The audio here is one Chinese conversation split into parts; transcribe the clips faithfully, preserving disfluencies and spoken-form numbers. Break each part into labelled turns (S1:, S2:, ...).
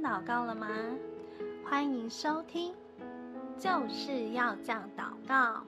S1: 祷告了吗？欢迎收听，就是要这样祷告。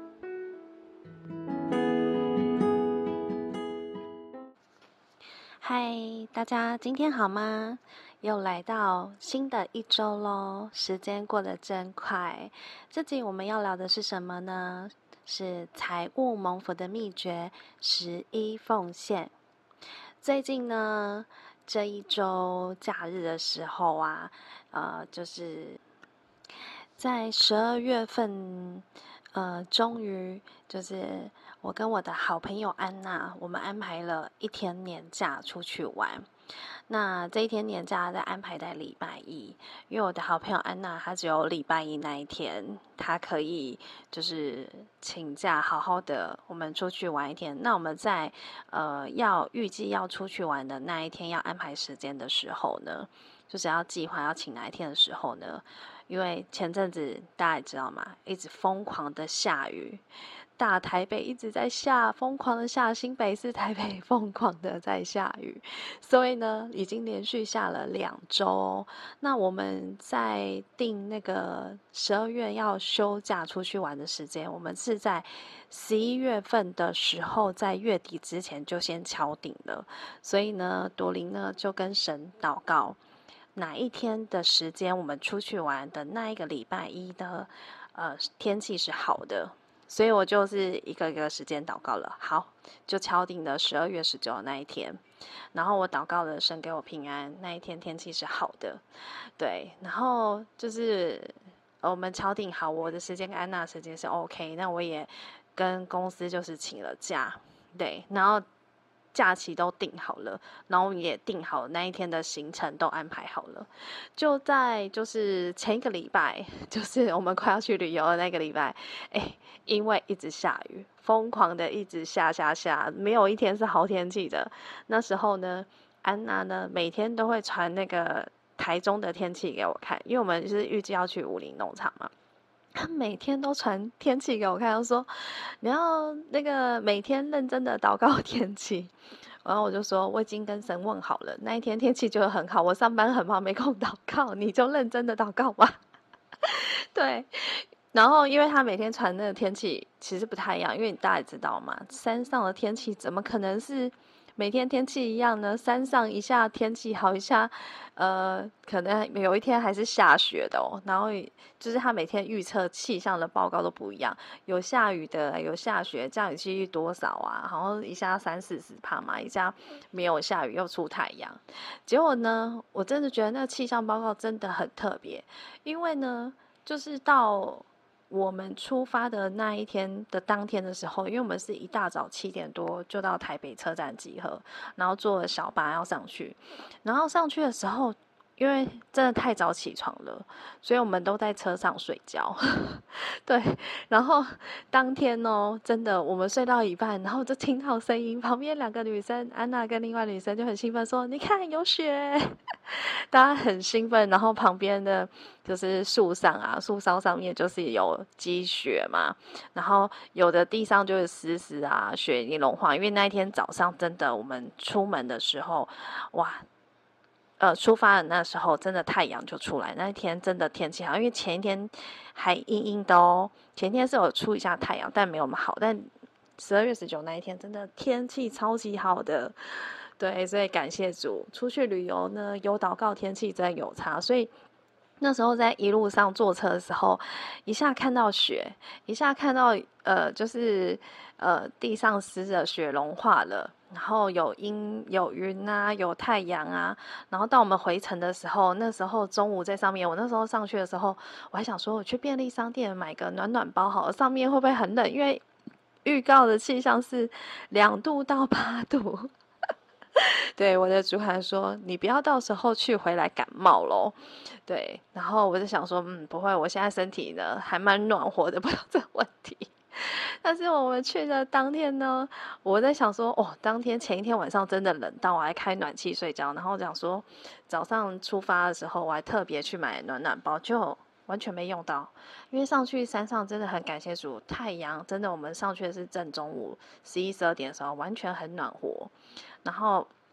S1: 嗨，大家今天好吗？又来到新的一周咯，时间过得真快。这集我们要聊的是什么呢？是财务蒙福的秘诀，十一奉献。最近呢，这一周假日的时候啊，呃，就是在十二月份，呃，终于就是我跟我的好朋友安娜，我们安排了一天年假出去玩。那这一天年假在安排在礼拜一，因为我的好朋友安娜，她只有礼拜一那一天，她可以就是请假，好好的我们出去玩一天。那我们在呃要预计要出去玩的那一天，要安排时间的时候呢，就是要计划要请哪一天的时候呢，因为前阵子大家也知道嘛，一直疯狂的下雨。大台北一直在下，疯狂的下，新北市、台北疯狂的在下雨，所以呢，已经连续下了两周。那我们在定那个十二月要休假出去玩的时间，我们是在十一月份的时候，在月底之前就先敲定了。所以呢，朵琳呢就跟神祷告，哪一天的时间我们出去玩的那一个礼拜一的，呃，天气是好的。所以我就是一个一个时间祷告了，好，就敲定了十二月十九那一天，然后我祷告了神给我平安，那一天天气是好的，对，然后就是我们敲定好我的时间跟安娜的时间是 OK， 那我也跟公司就是请了假，对，然后假期都定好了，然后也定好那一天的行程都安排好了，就在就是前一个礼拜，就是我们快要去旅游的那个礼拜，哎，因为一直下雨，疯狂的一直下下下，没有一天是好天气的。那时候呢，安娜呢每天都会传那个台中的天气给我看，因为我们就是预计要去武林农场嘛。他每天都传天气给我看，他说你要那个每天认真的祷告天气。然后我就说我已经跟神问好了，那一天天气就很好，我上班很忙没空祷告，你就认真的祷告吧。对，然后因为他每天传那个天气其实不太一样，因为你大家也知道嘛，山上的天气怎么可能是每天天气一样呢？山上一下天气好，一下呃可能有一天还是下雪的哦。然后就是他每天预测气象的报告都不一样，有下雨的，有下雪，降雨几率多少啊？好像一下三四十趴嘛，一下没有下雨又出太阳。结果呢，我真的觉得那个气象报告真的很特别，因为呢，就是到我们出发的那一天的当天的时候，因为我们是一大早七点多就到台北车站集合，然后坐了小巴要上去，然后上去的时候，因为真的太早起床了，所以我们都在车上睡觉。对，然后当天哦，真的我们睡到一半，然后就听到声音，旁边两个女生，安娜跟另外女生就很兴奋说：“你看有雪！”大家很兴奋，然后旁边的就是树上啊，树梢上面就是有积雪嘛，然后有的地上就是湿湿啊，雪已经融化。因为那一天早上真的，我们出门的时候，哇，呃，出发的那时候真的太阳就出来，那一天真的天气好，因为前一天还阴阴的哦，前天是有出一下太阳，但没有那么好，但十二月十九那一天真的天气超级好的。对，所以感谢主，出去旅游呢，有祷告天气真的有差，所以那时候在一路上坐车的时候，一下看到雪，一下看到呃，就是呃地上湿的雪融化了，然后有阴有云啊，有太阳啊，然后到我们回程的时候，那时候中午在上面，我那时候上去的时候，我还想说我去便利商店买个暖暖包好了，上面会不会很冷？因为预告的气象是两度到八度。对，我的主管说：“你不要到时候去回来感冒咯。”对，然后我就想说：“嗯，不会，我现在身体呢还蛮暖和的，不有这个问题。”但是我们去的当天呢，我在想说：“哦，当天前一天晚上真的冷到我还开暖气睡觉，然后讲说早上出发的时候我还特别去买暖暖包，就完全没用到，因为上去山上真的很感谢主，太阳真的我们上去的是正中午十一十二点的时候，完全很暖和。”然后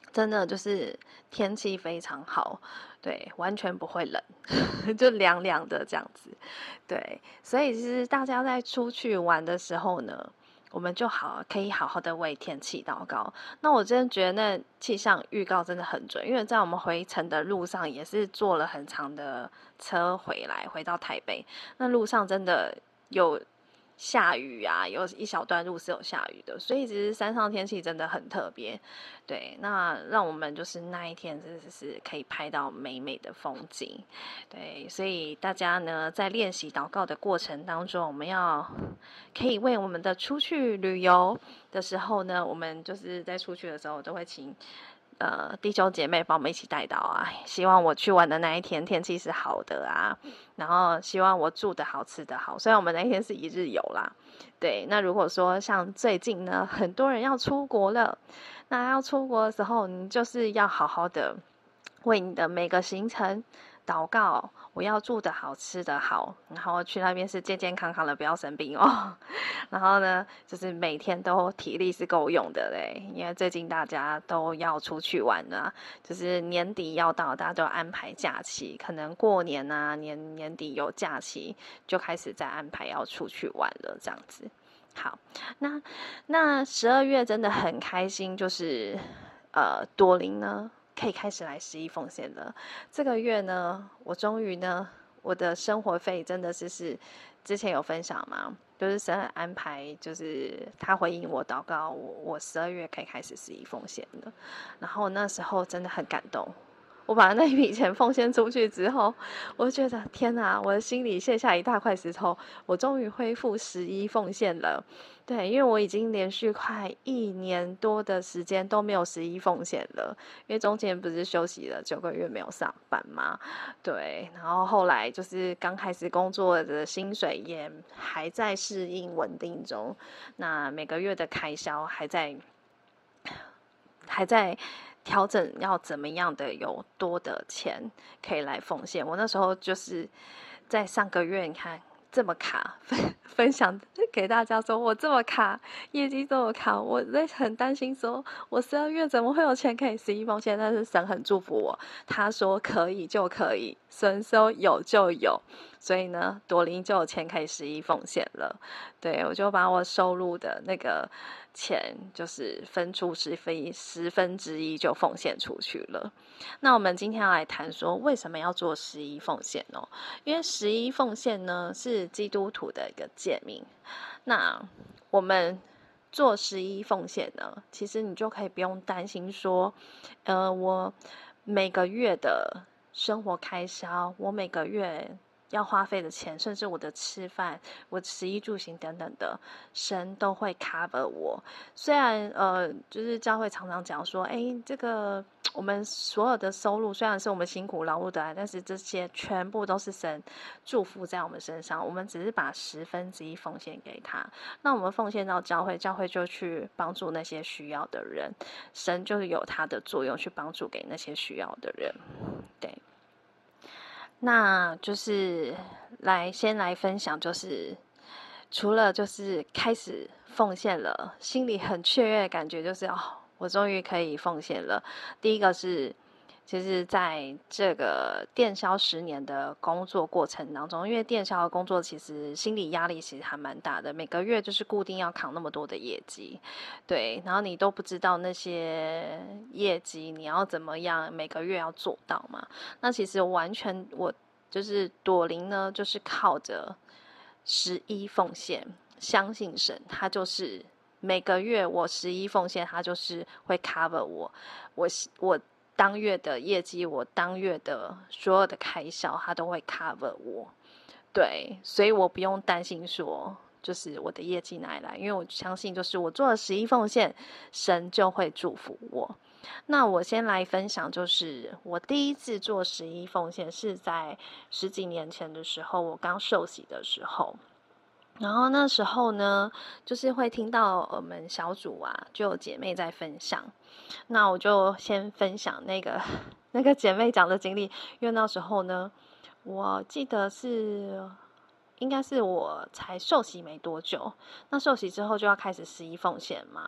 S1: 真的就是天气非常好，对，完全不会冷，就凉凉的这样子，对，所以其实大家在出去玩的时候呢，我们就好可以好好的为天气祷告。那我真的觉得那气象预告真的很准，因为在我们回程的路上也是坐了很长的车回来，回到台北，那路上真的有下雨啊，有一小段路是有下雨的，所以其实山上天气真的很特别。对，那让我们就是那一天真的是可以拍到美美的风景。对，所以大家呢在练习祷告的过程当中，我们要可以为我们的出去旅游的时候呢，我们就是在出去的时候都会请呃弟兄姐妹帮我们一起带祷啊，希望我去玩的那一天天气是好的啊，然后希望我住的好吃的好，虽然我们那一天是一日游啦，对，那如果说像最近呢很多人要出国了，那要出国的时候你就是要好好的为你的每个行程祷告，我要住的好吃的好，然后去那边是健健康康的，不要生病哦。然后呢，就是每天都体力是够用的嘞，因为最近大家都要出去玩啊，就是年底要到，大家都要安排假期，可能过年啊，年年底有假期，就开始在安排要出去玩了，这样子。好，那那十二月真的很开心，就是呃多林呢可以开始来十一奉献了。这个月呢，我终于呢，我的生活费真的是是之前有分享嘛，就是神安排，就是他回应我祷告，我我十二月可以开始十一奉献了。然后那时候真的很感动。我把那一笔钱奉献出去之后，我就觉得天哪，我的心里卸下一大块石头，我终于恢复十一奉献了。对，因为我已经连续快一年多的时间都没有十一奉献了，因为中间不是休息了九个月没有上班嘛，对，然后后来就是刚开始工作的薪水也还在适应稳定中，那每个月的开销还在还在调整要怎么样的有多的钱可以来奉献。我那时候就是在上个月，你看这么卡，分分享给大家说，我这么卡，业绩这么卡，我在很担心说，我十二月怎么会有钱可以十一奉献？但是神很祝福我，他说可以就可以，神说有就有，所以呢，朵琳就有钱可以十一奉献了。对，我就把我收入的那个钱，就是分出十分十分之一就奉献出去了。那我们今天要来谈说，为什么要做十一奉献哦？因为十一奉献呢是基督徒的一个诫命。那我们做十一奉献呢，其实你就可以不用担心说，呃，我每个月的生活开销，我每个月要花费的钱，甚至我的吃饭、我食衣住行等等的，神都会 cover 我。虽然呃，就是教会常常讲说，哎，这个我们所有的收入虽然是我们辛苦劳碌得来，但是这些全部都是神祝福在我们身上，我们只是把十分之一奉献给他。那我们奉献到教会，教会就去帮助那些需要的人，神就是有他的作用去帮助给那些需要的人，对。那就是来先来分享，就是除了就是开始奉献了，心里很雀跃的感觉就是哦，我终于可以奉献了。第一个是，其实在这个电销十年的工作过程当中，因为电销的工作其实心理压力其实还蛮大的，每个月就是固定要扛那么多的业绩，对，然后你都不知道那些业绩你要怎么样每个月要做到嘛。那其实完全我就是朵琳呢，就是靠着十一奉献，相信神，他就是每个月我十一奉献，他就是会 cover 我，我我当月的业绩，我当月的所有的开销，他都会 cover 我。对，所以我不用担心说，就是我的业绩哪里来，因为我相信，就是我做了十一奉献，神就会祝福我。那我先来分享，就是我第一次做十一奉献是在十几年前的时候，我刚受洗的时候。然后那时候呢，就是会听到我们小组啊，就有姐妹在分享。那我就先分享那个那个姐妹讲的经历，因为那时候呢，我记得是应该是我才受洗没多久，那受洗之后就要开始十一奉献嘛。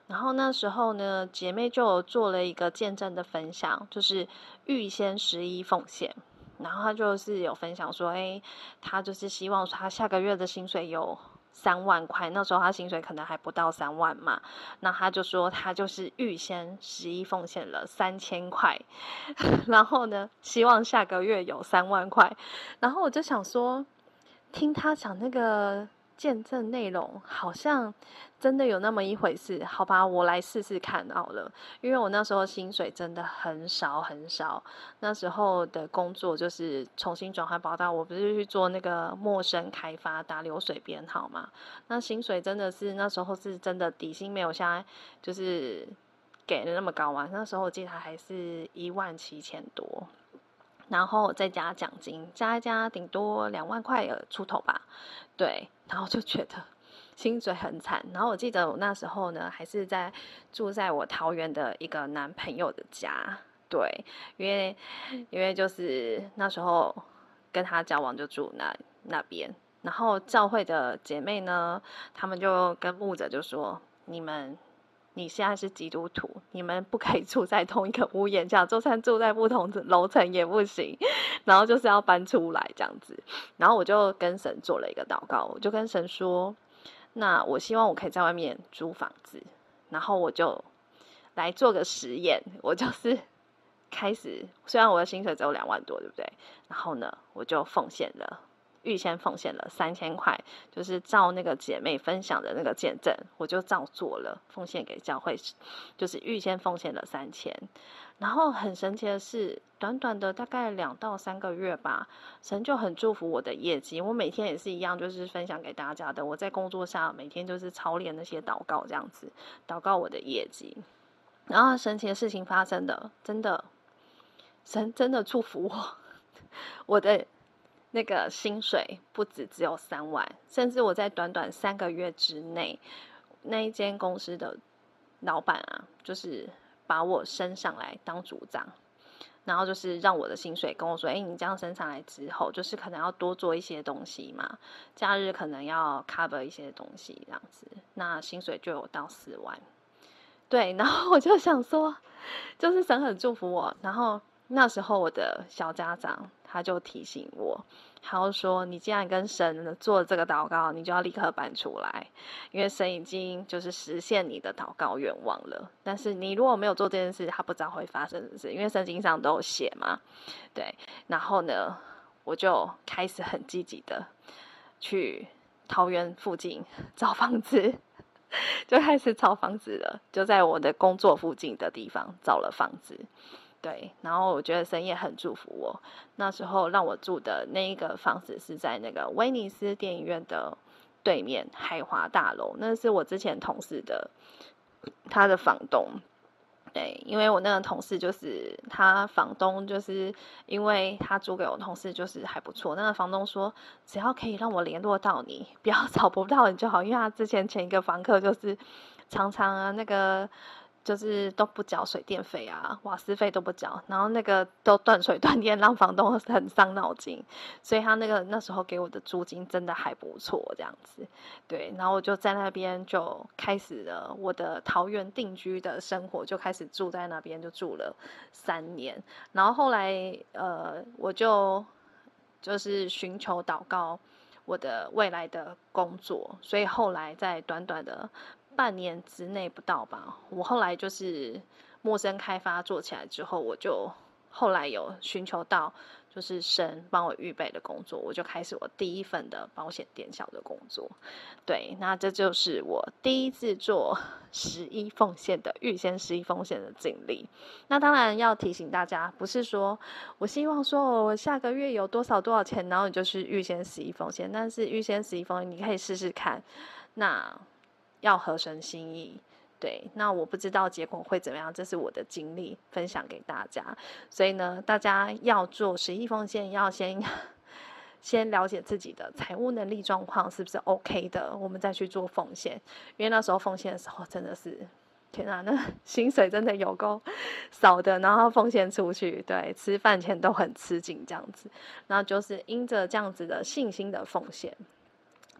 S1: 然后那时候呢，姐妹就有做了一个见证的分享，就是预先十一奉献。然后她就是有分享说，哎，她就是希望她下个月的薪水有三万块，那时候她薪水可能还不到三万嘛，那她就说她就是预先十一奉献了三千块，然后呢，希望下个月有三万块。然后我就想说，听她讲那个见证内容，好像真的有那么一回事。好吧，我来试试看好了。因为我那时候薪水真的很少很少，那时候的工作就是重新转换跑道，我不是去做那个陌生开发打流水编号嘛，那薪水真的是那时候是真的底薪没有现在就是给的那么高嘛，那时候我记得还是一万七千多。然后再加奖金，加一加顶多两万块出头吧，对，然后就觉得薪水很惨。然后我记得我那时候呢，还是在住在我桃园的一个男朋友的家，对，因为因为就是那时候跟他交往就住那那边，然后教会的姐妹呢，他们就跟牧者就说，你们。你现在是基督徒，你们不可以住在同一个屋檐下，就算住在不同楼层也不行，然后就是要搬出来这样子。然后我就跟神做了一个祷告，我就跟神说，那我希望我可以在外面租房子，然后我就来做个实验，我就是开始，虽然我的薪水只有两万多，对不对？然后呢，我就奉献了。预先奉献了三千块，就是照那个姐妹分享的那个见证，我就照做了，奉献给教会，就是预先奉献了三千。然后很神奇的是，短短的大概两到三个月吧，神就很祝福我的业绩。我每天也是一样，就是分享给大家的。我在工作上每天就是操练那些祷告，这样子祷告我的业绩。然后神奇的事情发生的，真的，神真的祝福我，我的。那个薪水不止只有三万，甚至我在短短三个月之内，那一间公司的老板啊，就是把我升上来当组长，然后就是让我的薪水跟我说，哎，你这样升上来之后，就是可能要多做一些东西嘛，假日可能要 cover 一些东西这样子，那薪水就有到四万。对，然后我就想说，就是神很祝福我，然后那时候我的小家长他就提醒我，他就说，你既然跟神做这个祷告，你就要立刻搬出来，因为神已经就是实现你的祷告愿望了。但是你如果没有做这件事，他不知道会发生的事，因为圣经上都有写嘛。对，然后呢，我就开始很积极的去桃园附近找房子。就开始找房子了，就在我的工作附近的地方找了房子。对，然后我觉得神也很祝福我。那时候让我住的那一个房子是在那个威尼斯电影院的对面海华大楼，那是我之前同事的他的房东。对，因为我那个同事就是他房东，就是因为他租给我同事就是还不错。那个房东说，只要可以让我联络到你，不要找不到你就好，因为他之前前一个房客就是常常啊那个。就是都不缴水电费啊，瓦斯费都不缴，然后那个都断水断电，让房东很伤脑筋，所以他那个那时候给我的租金真的还不错，这样子，对，然后我就在那边就开始了我的桃园定居的生活，就开始住在那边，就住了三年，然后后来呃，我就就是寻求祷告我的未来的工作，所以后来在短短的半年之内不到吧，我后来就是陌生开发做起来之后，我就后来有寻求到就是神帮我预备的工作，我就开始我第一份的保险店小的工作。对，那这就是我第一次做十一奉献的预先十一奉献的经历。那当然要提醒大家，不是说我希望说我下个月有多少多少钱，然后你就去预先十一奉献，但是预先十一奉献你可以试试看，那要合神心意。对，那我不知道结果会怎么样，这是我的经历分享给大家。所以呢，大家要做十一奉献，要先先了解自己的财务能力状况是不是 OK 的，我们再去做奉献。因为那时候奉献的时候真的是，天啊，那薪水真的有够少的，然后奉献出去，对，吃饭钱都很吃紧这样子。然后就是因着这样子的信心的奉献。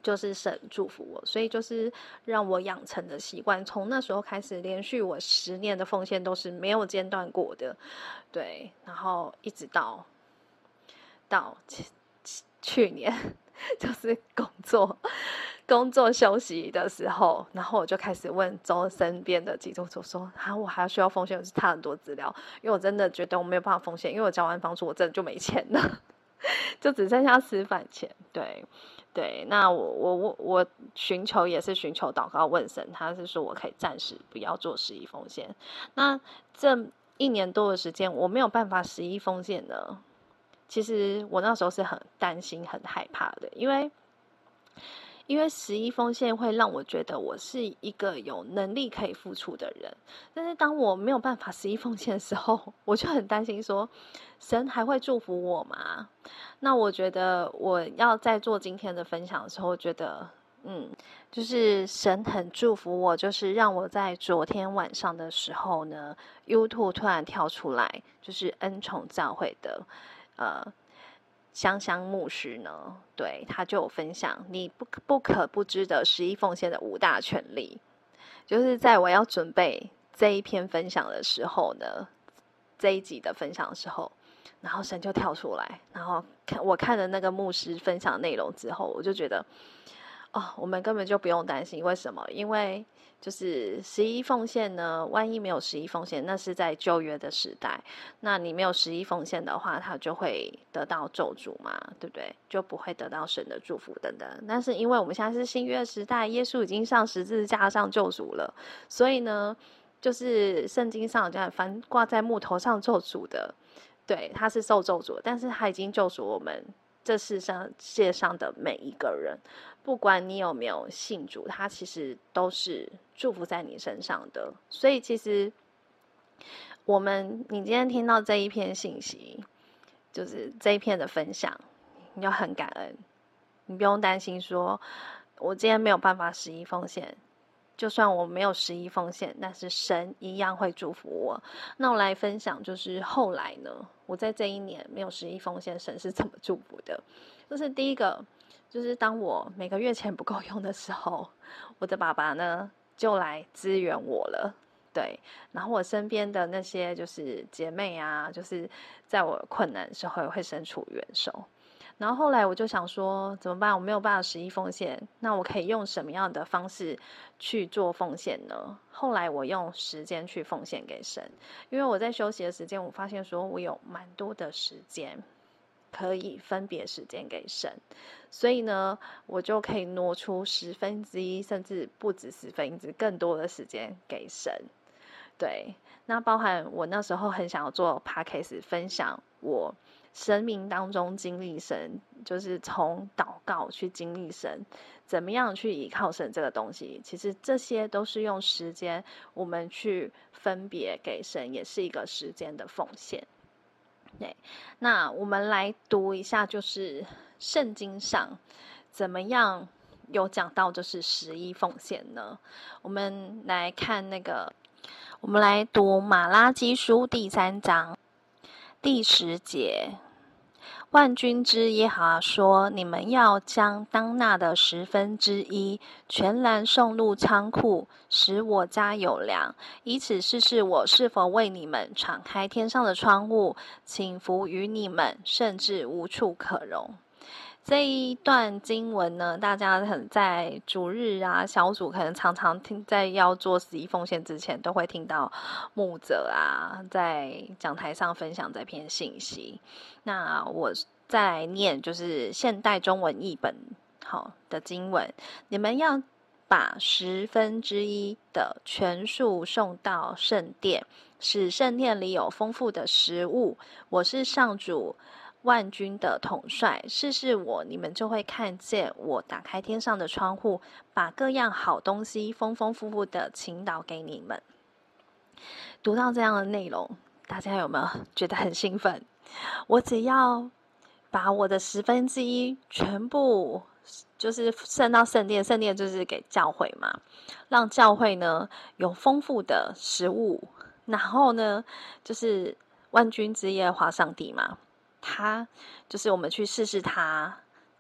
S1: 就是神祝福我，所以就是让我养成的习惯，从那时候开始，连续我十年的奉献都是没有间断过的，对，然后一直到到去年就是工作工作休息的时候，然后我就开始问周身边的基督徒说，啊，我还需要奉献，我是差很多资料，因为我真的觉得我没有办法奉献，因为我交完房租我真的就没钱了，就只剩下吃饭钱，对。对，那我我我我寻求也是寻求祷告问神，他是说我可以暂时不要做十一奉献。那这一年多的时间，我没有办法十一奉献呢。其实我那时候是很担心、很害怕的，因为因为十一奉献会让我觉得我是一个有能力可以付出的人，但是当我没有办法十一奉献的时候，我就很担心说，神还会祝福我吗？那我觉得我要在做今天的分享的时候，觉得嗯，就是神很祝福我，就是让我在昨天晚上的时候呢 ，YouTube 突然跳出来，就是恩宠教会的呃香香牧师呢，对，他就有分享你不不可不知的十一奉献的五大权利，就是在我要准备这一篇分享的时候呢，这一集的分享的时候。然后神就跳出来，然后看我看了那个牧师分享内容之后，我就觉得，哦，我们根本就不用担心。为什么？因为就是十一奉献呢，万一没有十一奉献，那是在旧约的时代，那你没有十一奉献的话，他就会得到咒诅嘛，对不对？就不会得到神的祝福等等。但是因为我们现在是新约时代，耶稣已经上十字架上救赎了，所以呢，就是圣经上这样凡挂在木头上咒诅的。对，他是受咒诅，但是他已经救赎我们这世上世界上的每一个人，不管你有没有信主，他其实都是祝福在你身上的。所以其实我们，你今天听到这一篇信息，就是这一篇的分享，你要很感恩，你不用担心说，我今天没有办法十一奉献。就算我没有十一奉献，但是神一样会祝福我。那我来分享，就是后来呢，我在这一年没有十一奉献，神是怎么祝福的？就是第一个，就是当我每个月钱不够用的时候，我的爸爸呢就来支援我了。对，然后我身边的那些就是姐妹啊，就是在我困难的时候也会伸出援手。然后后来我就想说，怎么办？我没有办法十一奉献，那我可以用什么样的方式去做奉献呢？后来我用时间去奉献给神，因为我在休息的时间，我发现说我有蛮多的时间可以分别时间给神，所以呢，我就可以挪出十分之一，甚至不止十分之一，更多的时间给神。对，那包含我那时候很想要做 podcast 分享我生命当中经历神，就是从祷告去经历神，怎么样去依靠神这个东西，其实这些都是用时间我们去分别给神，也是一个时间的奉献。对，那我们来读一下，就是圣经上怎么样有讲到就是十一奉献呢？我们来看那个，我们来读马拉基书第三章第十节。万军之耶和华说：你们要将当纳的十分之一全然送入仓库，使我家有粮，以此试试我是否为你们敞开天上的窗户，倾福于你们，甚至无处可容。这一段经文呢，大家可能在主日啊小组可能常常听，在要做十一奉献之前，都会听到牧者啊在讲台上分享这篇信息。那我再来念，就是现代中文译本好的经文，你们要把十分之一的全数送到圣殿，使圣殿里有丰富的食物。我是上主万军的统帅，试试我，你们就会看见我打开天上的窗户，把各样好东西丰丰富富的倾倒给你们。读到这样的内容，大家有没有觉得很兴奋？我只要把我的十分之一全部就是送到圣殿，圣殿就是给教会嘛，让教会呢有丰富的食物，然后呢就是万军之耶和华上帝嘛，他就是我们去试试他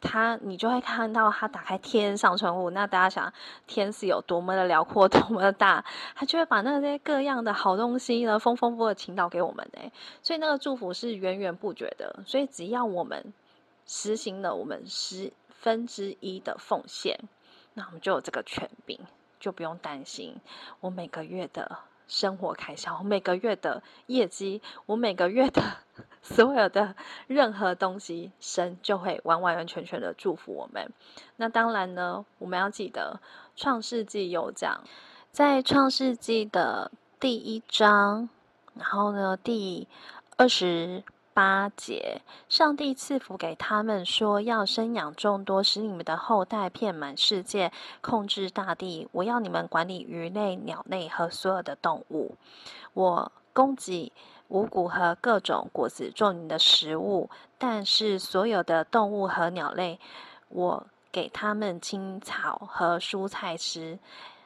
S1: 他你就会看到他打开天上窗户，那大家想天是有多么的辽阔，多么的大，他就会把那些各样的好东西呢，丰丰富的倾倒给我们哎，所以那个祝福是源源不绝的。所以只要我们实行了我们十分之一的奉献，那我们就有这个权柄，就不用担心我每个月的生活开销，我每个月的业绩，我每个月的所有的任何东西，神就会完完全全的祝福我们。那当然呢，我们要记得创世纪有讲，在创世纪的第一章，然后呢第二十八节，上帝赐福给他们说，要生养众多，使你们的后代遍满世界，控制大地。我要你们管理鱼类、鸟类和所有的动物。我供给五谷和各种果子做你的食物，但是所有的动物和鸟类，我给他们青草和蔬菜吃。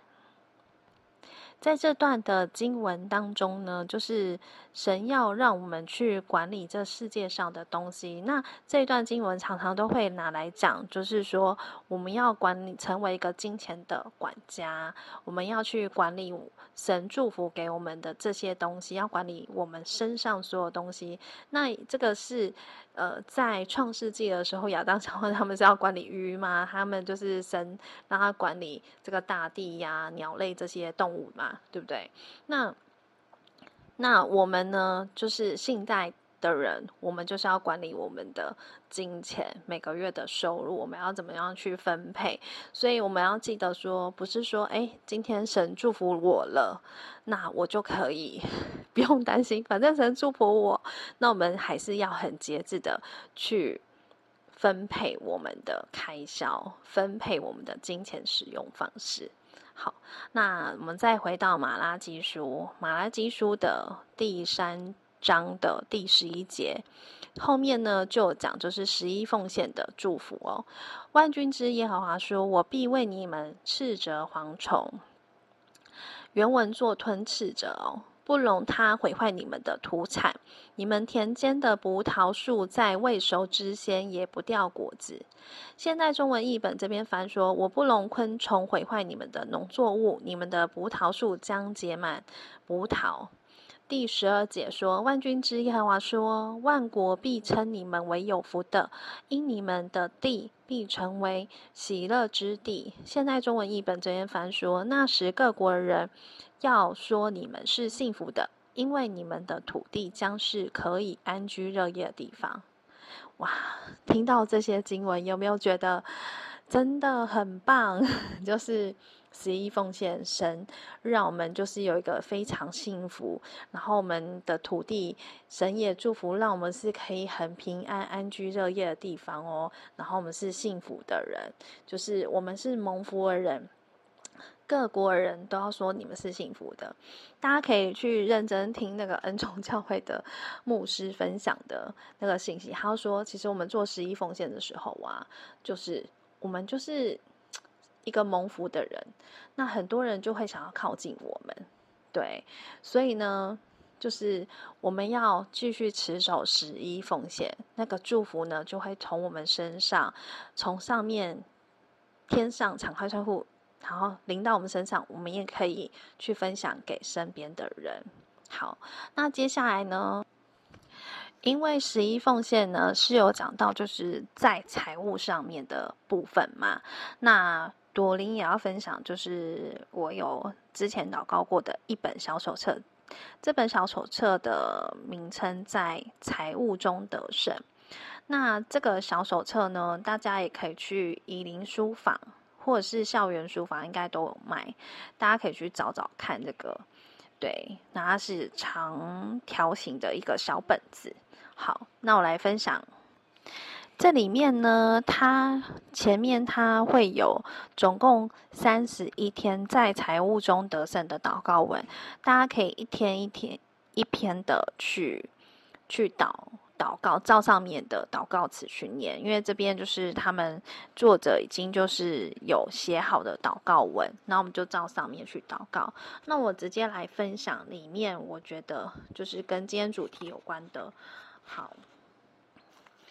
S1: 在这段的经文当中呢，就是神要让我们去管理这世界上的东西。那这一段经文常常都会拿来讲，就是说我们要管理，成为一个金钱的管家，我们要去管理神祝福给我们的这些东西，要管理我们身上所有东西。那这个是呃，在创世纪的时候，亚当夏娃他们是要管理鱼嘛，他们就是神让他管理这个大地呀、鸟类这些动物嘛，对不对？那那我们呢，就是现代的人，我们就是要管理我们的金钱，每个月的收入，我们要怎么样去分配？所以我们要记得说，不是说，哎，今天神祝福我了，那我就可以不用担心，反正神祝福我，那我们还是要很节制的去分配我们的开销，分配我们的金钱使用方式。好，那我们再回到马拉基书，马拉基书的第三章的第十一节，后面呢就讲就是十一奉献的祝福哦。万军之耶和华说：“我必为你们斥责蝗虫。”原文作吞斥着哦，不容它毁坏你们的土产。你们田间的葡萄树在未熟之先也不掉果子。现代中文译本这边翻说：“我不容昆虫毁坏你们的农作物，你们的葡萄树将结满葡萄。”第十二节说：“万军之耶和华说，万国必称你们为有福的，因你们的地必成为喜乐之地。”现代中文译本这边翻说：“那时各国的人要说你们是幸福的，因为你们的土地将是可以安居乐业的地方。”哇，听到这些经文，有没有觉得真的很棒？就是十一奉献，神让我们就是有一个非常幸福，然后我们的土地，神也祝福，让我们是可以很平安、安居乐业的地方哦。然后我们是幸福的人，就是我们是蒙福的人。各国人都要说你们是幸福的，大家可以去认真听那个恩宠教会的牧师分享的那个信息。他说，其实我们做十一奉献的时候啊，就是我们就是一个蒙福的人，那很多人就会想要靠近我们，对，所以呢，就是我们要继续持守十一奉献，那个祝福呢，就会从我们身上，从上面天上敞开窗户。然后临到我们身上，我们也可以去分享给身边的人。好，那接下来呢，因为十一奉献呢是有讲到就是在财务上面的部分嘛，那朵琳也要分享，就是我有之前祷告过的一本小手册，这本小手册的名称在财务中得胜。那这个小手册呢，大家也可以去宜林书房或者是校园书房应该都有卖，大家可以去找找看这个。对，那它是长条形的一个小本子。好，那我来分享。这里面呢，它前面它会有总共三十一天在财务中得胜的祷告文，大家可以一天一天一篇的去去祷。祷告照上面的祷告词去念，因为这边就是他们作者已经就是有写好的祷告文，那我们就照上面去祷告。那我直接来分享里面我觉得就是跟今天主题有关的。好，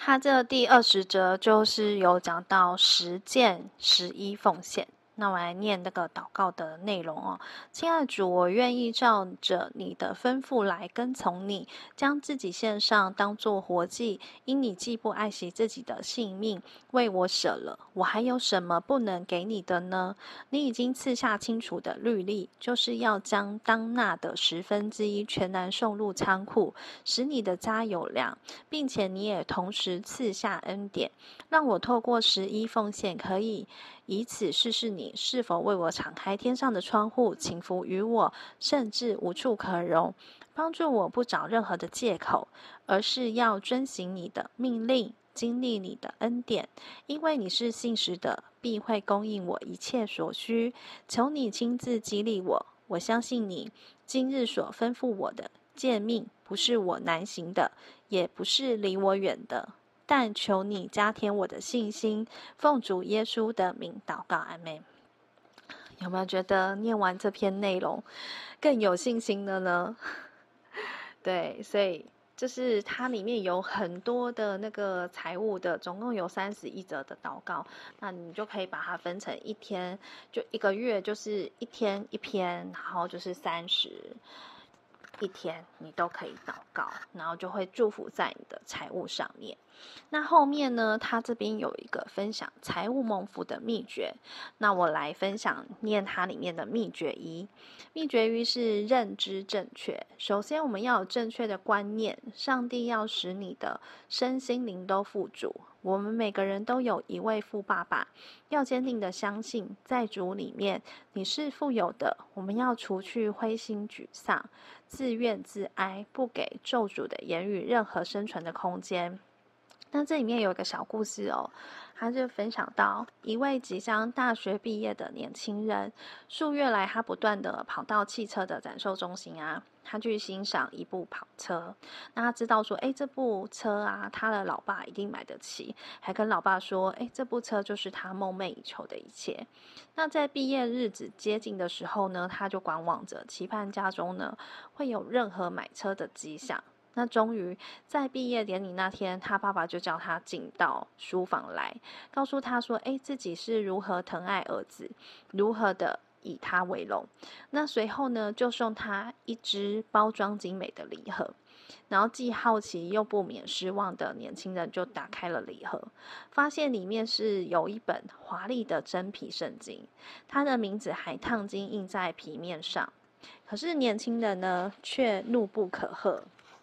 S1: 他这第二十则就是有讲到十件十一奉献。那我来念那个祷告的内容哦。亲爱的主，我愿意照着你的吩咐来跟从你，将自己献上，当作活祭。因你既不爱惜自己的性命，为我舍了，我还有什么不能给你的呢？你已经赐下清楚的律例，就是要将当纳的十分之一全然送入仓库，使你的家有粮，并且你也同时赐下恩典，让我透过十一奉献可以以此试试你是否为我敞开天上的窗户，倾福于我，甚至无处可容，帮助我不找任何的借口，而是要遵行你的命令，经历你的恩典。因为你是信实的，必会供应我一切所需。求你亲自激励我，我相信你今日所吩咐我的诫命，不是我难行的，也不是离我远的，但求你加添我的信心。奉主耶稣的名祷告，阿们。有没有觉得念完这篇内容更有信心了呢？对，所以就是它里面有很多的那个财务的，总共有三十一则的祷告，那你就可以把它分成一天，就一个月就是一天一篇，然后就是三十。一天你都可以祷告，然后就会祝福在你的财务上面。那后面呢，他这边有一个分享财务蒙福的秘诀，那我来分享念它里面的秘诀一。秘诀一是认知正确。首先我们要有正确的观念，上帝要使你的身心灵都富足。我们每个人都有一位富爸爸，要坚定的相信在主里面你是富有的。我们要除去灰心沮丧、自怨自哀，不给咒诅的言语任何生存的空间。那这里面有一个小故事哦，他就分享到一位即将大学毕业的年轻人，数月来他不断的跑到汽车的展售中心啊，他去欣赏一部跑车。那他知道说，哎，这部车啊，他的老爸一定买得起，还跟老爸说，哎，这部车就是他梦寐以求的一切。那在毕业日子接近的时候呢，他就观望着，期盼家中呢会有任何买车的迹象。那终于在毕业典礼那天，他爸爸就叫他进到书房来，告诉他说，哎，自己是如何疼爱儿子，如何的以他为荣。那随后呢，就送他一只包装精美的礼盒。然后既好奇又不免失望的年轻人就打开了礼盒，发现里面是有一本华丽的真皮圣经，他的名字还烫金印在皮面上。可是年轻人呢，却怒不可遏，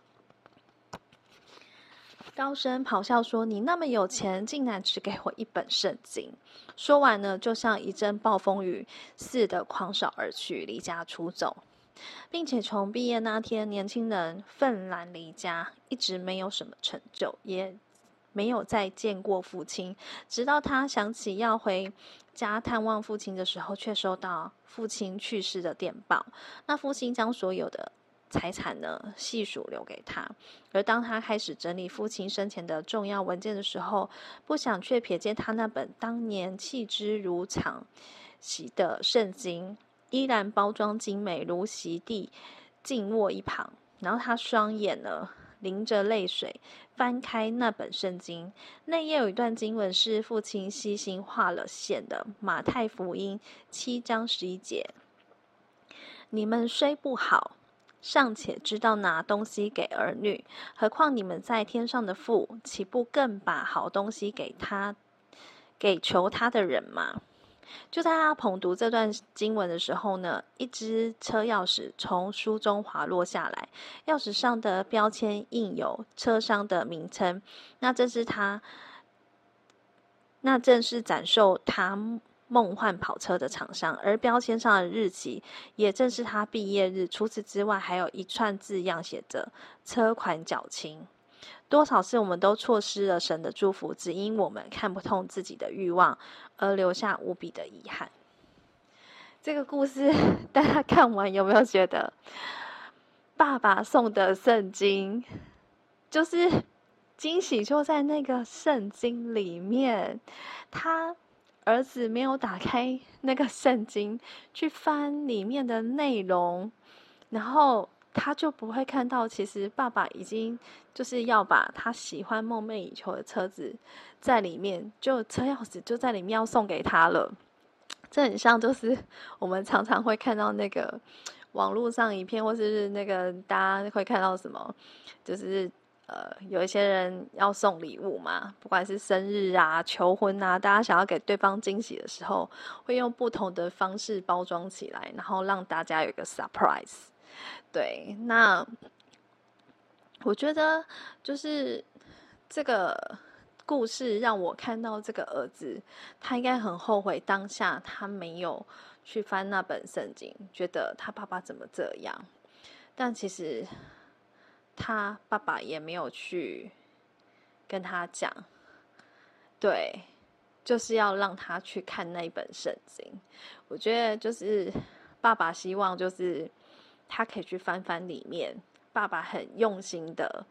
S1: 高声咆哮说，你那么有钱，竟然只给我一本圣经。说完呢，就像一阵暴风雨似的狂扫而去，离家出走，并且从毕业那天，年轻人愤然离家，一直没有什么成就，也没有再见过父亲。直到他想起要回家探望父亲的时候，却收到父亲去世的电报。那父亲将所有的财产呢细数留给他，而当他开始整理父亲生前的重要文件的时候，不想却瞥见他那本当年弃之如常席的圣经，依然包装精美，如席地静卧一旁。然后他双眼呢淋着泪水翻开那本圣经，内页有一段经文是父亲细心画了线的，马太福音七章十一节，你们虽不好，尚且知道拿东西给儿女，何况你们在天上的父，岂不更把好东西给他，给求他的人吗？就在他捧读这段经文的时候呢，一只车钥匙从书中滑落下来，钥匙上的标签印有车商的名称，那这是他，那正是展售他梦幻跑车的厂商，而标签上的日期也正是他毕业日。除此之外，还有一串字样写着车款缴清。多少次我们都错失了神的祝福，只因我们看不透自己的欲望，而留下无比的遗憾。这个故事大家看完有没有觉得爸爸送的圣经就是惊喜就在那个圣经里面，他儿子没有打开那个圣经去翻里面的内容，然后他就不会看到，其实爸爸已经就是要把他喜欢梦寐以求的车子在里面，就车钥匙就在里面要送给他了。这很像就是我们常常会看到那个网络上影片，或是那个大家会看到什么，就是呃有一些人要送礼物嘛，不管是生日啊、求婚啊，大家想要给对方惊喜的时候，会用不同的方式包装起来，然后让大家有一个 surprise。对，那我觉得就是这个故事让我看到这个儿子，他应该很后悔当下他没有去翻那本圣经，觉得他爸爸怎么这样。但其实他爸爸也没有去跟他讲，对，就是要让他去看那本圣经。我觉得就是爸爸希望就是他可以去翻翻里面，爸爸很用心的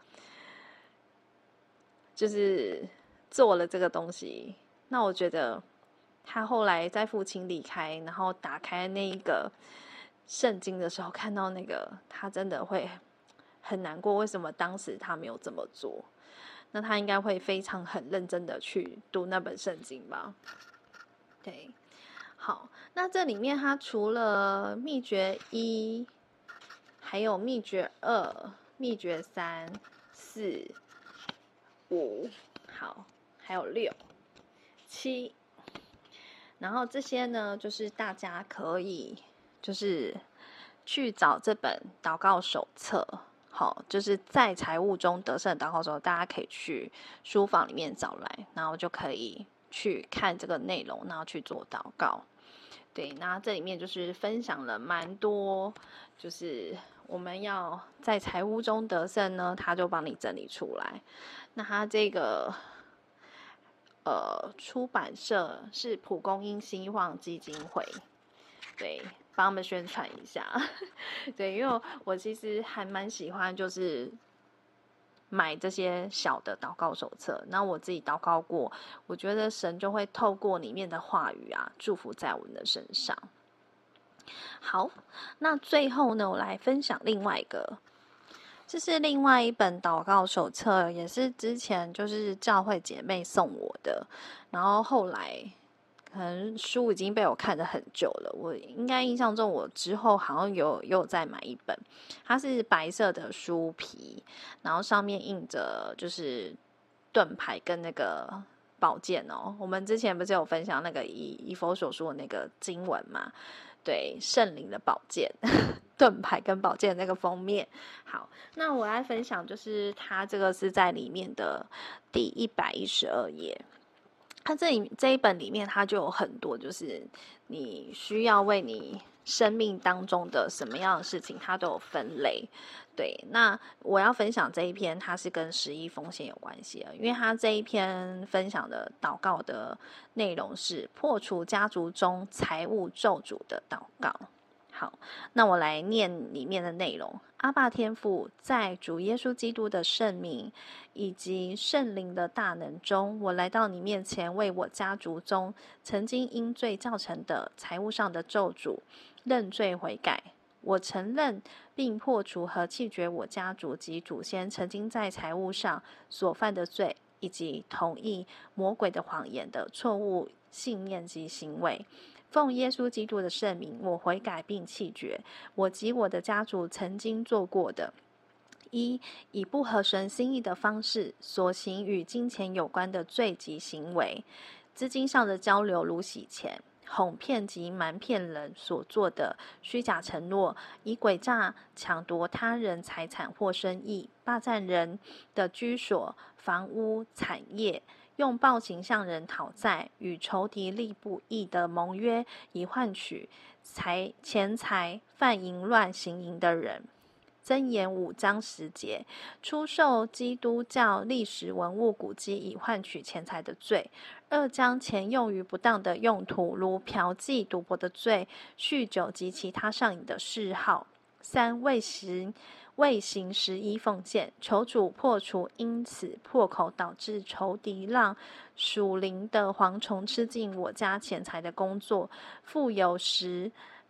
S1: 就是做了这个东西。那我觉得他后来在父亲离开，然后打开那一个圣经的时候，看到那个，他真的会很难过，为什么当时他没有这么做。那他应该会非常很认真的去读那本圣经吧。对，好，那这里面他除了秘诀一，还有秘诀二、秘诀三、四、五，好，还有六、七，然后这些呢，就是大家可以就是去找这本祷告手册。好，就是在财务中得胜祷告手册，大家可以去书房里面找来，然后就可以去看这个内容，然后去做祷告。对，那这里面就是分享了蛮多，就是我们要在财务中得胜呢，他就帮你整理出来。那他这个呃出版社是蒲公英希望基金会，对，帮他们宣传一下。对，因为我其实还蛮喜欢，就是买这些小的祷告手册。那我自己祷告过，我觉得神就会透过里面的话语啊，祝福在我们的身上。好，那最后呢，我来分享另外一个。这是另外一本祷告手册，也是之前就是教会姐妹送我的，然后后来可能书已经被我看得很久了，我应该印象中我之后好像有有再买一本，它是白色的书皮，然后上面印着就是盾牌跟那个宝剑哦。我们之前不是有分享那个以以弗所书的那个经文嘛？对，圣灵的宝剑。盾牌跟宝剑那个封面。好，那我来分享，就是它这个是在里面的第一百一十二页。它这里这一本里面，它就有很多，就是你需要为你生命当中的什么样的事情，它都有分类。对，那我要分享这一篇，它是跟十一奉献有关系的，因为它这一篇分享的祷告的内容是破除家族中财务咒诅的祷告。好，那我来念里面的内容。阿爸天父，在主耶稣基督的圣名以及圣灵的大能中，我来到你面前，为我家族中曾经因罪造成的财务上的咒诅认罪悔改。我承认并破除和弃绝我家族及祖先曾经在财务上所犯的罪，以及同意魔鬼的谎言的错误信念及行为。奉耶稣基督的圣名，我悔改并弃绝我及我的家族曾经做过的：一、以不合神心意的方式所行与金钱有关的罪及行为；资金上的交流如洗钱、哄骗及瞒骗人所做的虚假承诺，以诡诈抢夺他人财产或生意，霸占人的居所、房屋、产业，用暴行向人讨债，与仇敌立不义的盟约，以换取财钱财，犯淫乱行淫的人。箴言五章十节，出售基督教历史文物古迹以换取钱财的罪；二、将钱用于不当的用途，如嫖妓、赌博的罪；酗酒及其他上瘾的嗜好；三、未行未行十一奉献，求主破除因此破口导致仇敌让属灵的蝗虫吃尽我家钱财的工作；富有时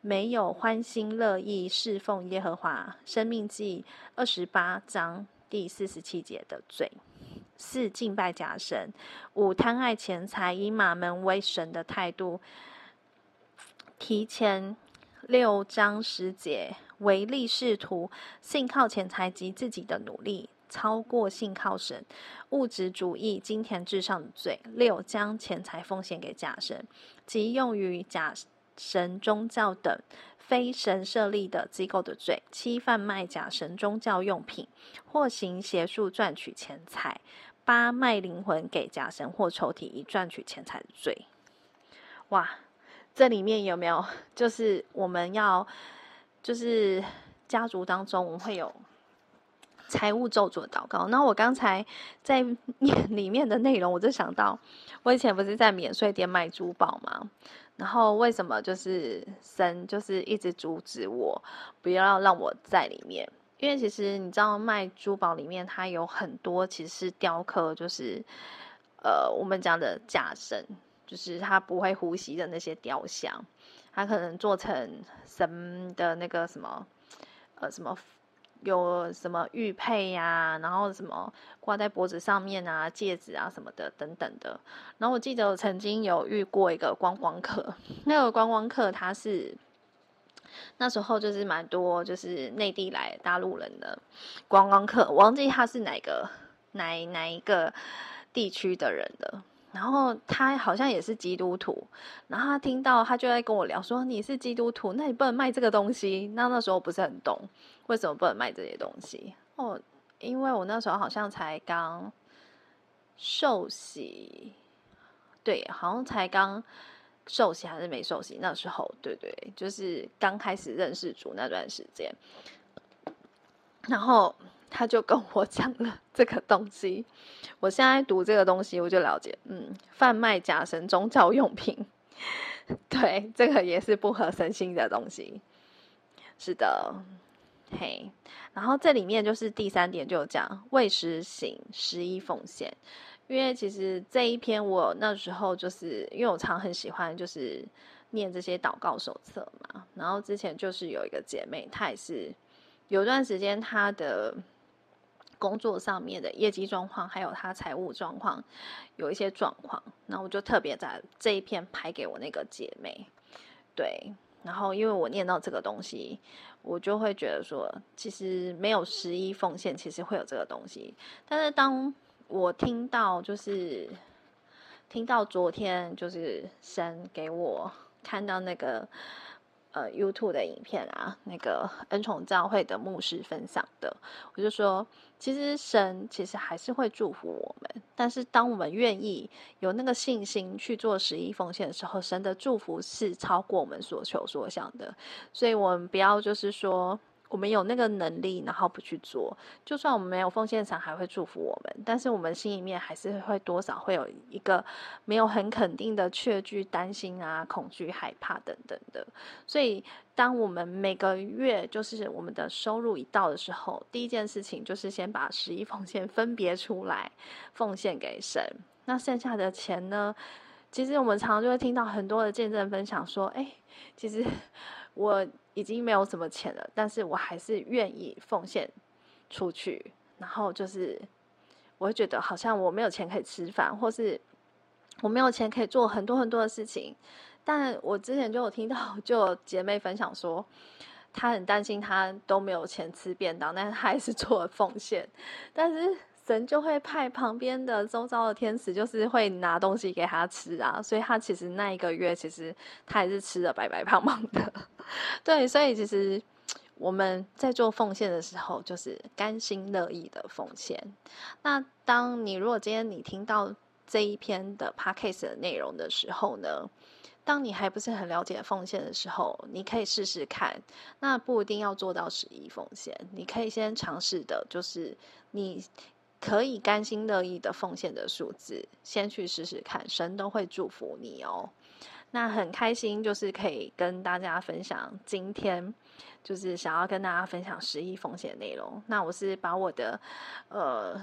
S1: 没有欢心乐意侍奉耶和华，生命记二十八章第四十七节的罪。四、敬拜假神。五、贪爱钱财，以马门为神的态度。提前六章十节，唯利是图，信靠钱财及自己的努力，超过信靠神。物质主义，金钱至上的罪。六、将钱财奉献给假神，即用于假神宗教等非神设立的机构的罪。七、贩卖假神宗教用品，或行邪术赚取钱财。八、卖灵魂给假神或仇敌以赚取钱财的罪。哇，这里面有没有就是我们要就是家族当中我们会有财务咒诅的祷告？那我刚才在念里面的内容，我就想到我以前不是在免税店卖珠宝吗？然后为什么就是神就是一直阻止我不要让我在里面？因为其实你知道卖珠宝里面它有很多其实是雕刻，就是呃我们讲的假神，就是他不会呼吸的那些雕像，他可能做成神的那个什么呃什么有什么玉佩呀、啊，然后什么挂在脖子上面啊，戒指啊什么的等等的。然后我记得我曾经有遇过一个观光客，那个观光客他是那时候就是蛮多就是内地来大陆人的观光客，我忘记他是哪个哪哪一个地区的人了。然后他好像也是基督徒，然后他听到他就在跟我聊说，你是基督徒，那你不能卖这个东西。那那时候不是很懂为什么不能卖这些东西哦，因为我那时候好像才刚受洗，对，好像才刚受洗还是没受洗，那时候对对，就是刚开始认识主那段时间。然后他就跟我讲了这个东西，我现在读这个东西我就了解，嗯，贩卖假神宗教用品，对，这个也是不合神心的东西，是的，嘿。然后这里面就是第三点就讲为实行十一奉献，因为其实这一篇我那时候就是因为我常很喜欢就是念这些祷告手册嘛，然后之前就是有一个姐妹，她也是有段时间她的工作上面的业绩状况还有她财务状况有一些状况，那我就特别在这一篇拍给我那个姐妹，对，然后因为我念到这个东西，我就会觉得说其实没有十一奉献其实会有这个东西，但是当我听到就是听到昨天就是神给我看到那个呃 YouTube 的影片啊，那个恩宠教会的牧师分享的，我就说其实神其实还是会祝福我们，但是当我们愿意有那个信心去做十一奉献的时候，神的祝福是超过我们所求所想的，所以我们不要就是说我们有那个能力然后不去做，就算我们没有奉献，神还会祝福我们，但是我们心里面还是会多少会有一个没有很肯定的确据、担心啊、恐惧、害怕等等的。所以当我们每个月就是我们的收入一到的时候，第一件事情就是先把十一奉献分别出来奉献给神，那剩下的钱呢，其实我们常常就会听到很多的见证分享说，哎，其实我已经没有什么钱了，但是我还是愿意奉献出去，然后就是我会觉得好像我没有钱可以吃饭，或是我没有钱可以做很多很多的事情，但我之前就有听到就有姐妹分享说她很担心她都没有钱吃便当，但是她还是做了奉献，但是神就会派旁边的周遭的天使就是会拿东西给她吃啊，所以她其实那一个月其实她还是吃得白白胖胖的对，所以其实我们在做奉献的时候就是甘心乐意的奉献。那当你如果今天你听到这一篇的 podcast 的内容的时候呢，当你还不是很了解奉献的时候，你可以试试看，那不一定要做到十一奉献，你可以先尝试的就是你可以甘心乐意的奉献的数字，先去试试看，神都会祝福你哦。那很开心就是可以跟大家分享今天就是想要跟大家分享十一奉献的内容，那我是把我的呃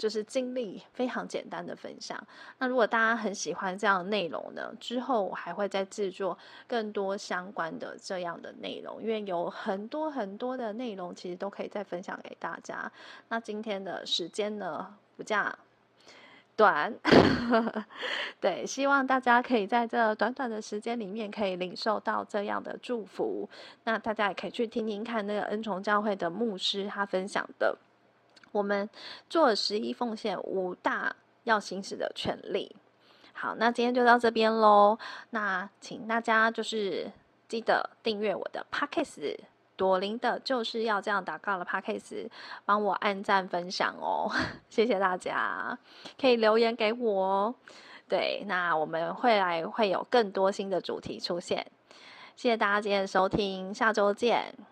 S1: 就是经历非常简单的分享。那如果大家很喜欢这样的内容呢，之后我还会再制作更多相关的这样的内容，因为有很多很多的内容其实都可以再分享给大家。那今天的时间呢比较短对，希望大家可以在这短短的时间里面可以领受到这样的祝福。那大家也可以去听听看那个恩宠教会的牧师他分享的，我们做十一奉献五大要行使的权利。好，那今天就到这边咯。那请大家就是记得订阅我的 Podcast， 朵琳的就是要这样祷告的 Podcast， 帮我按赞分享哦，谢谢大家，可以留言给我哦。对，那我们会来会有更多新的主题出现。谢谢大家今天的收听，下周见。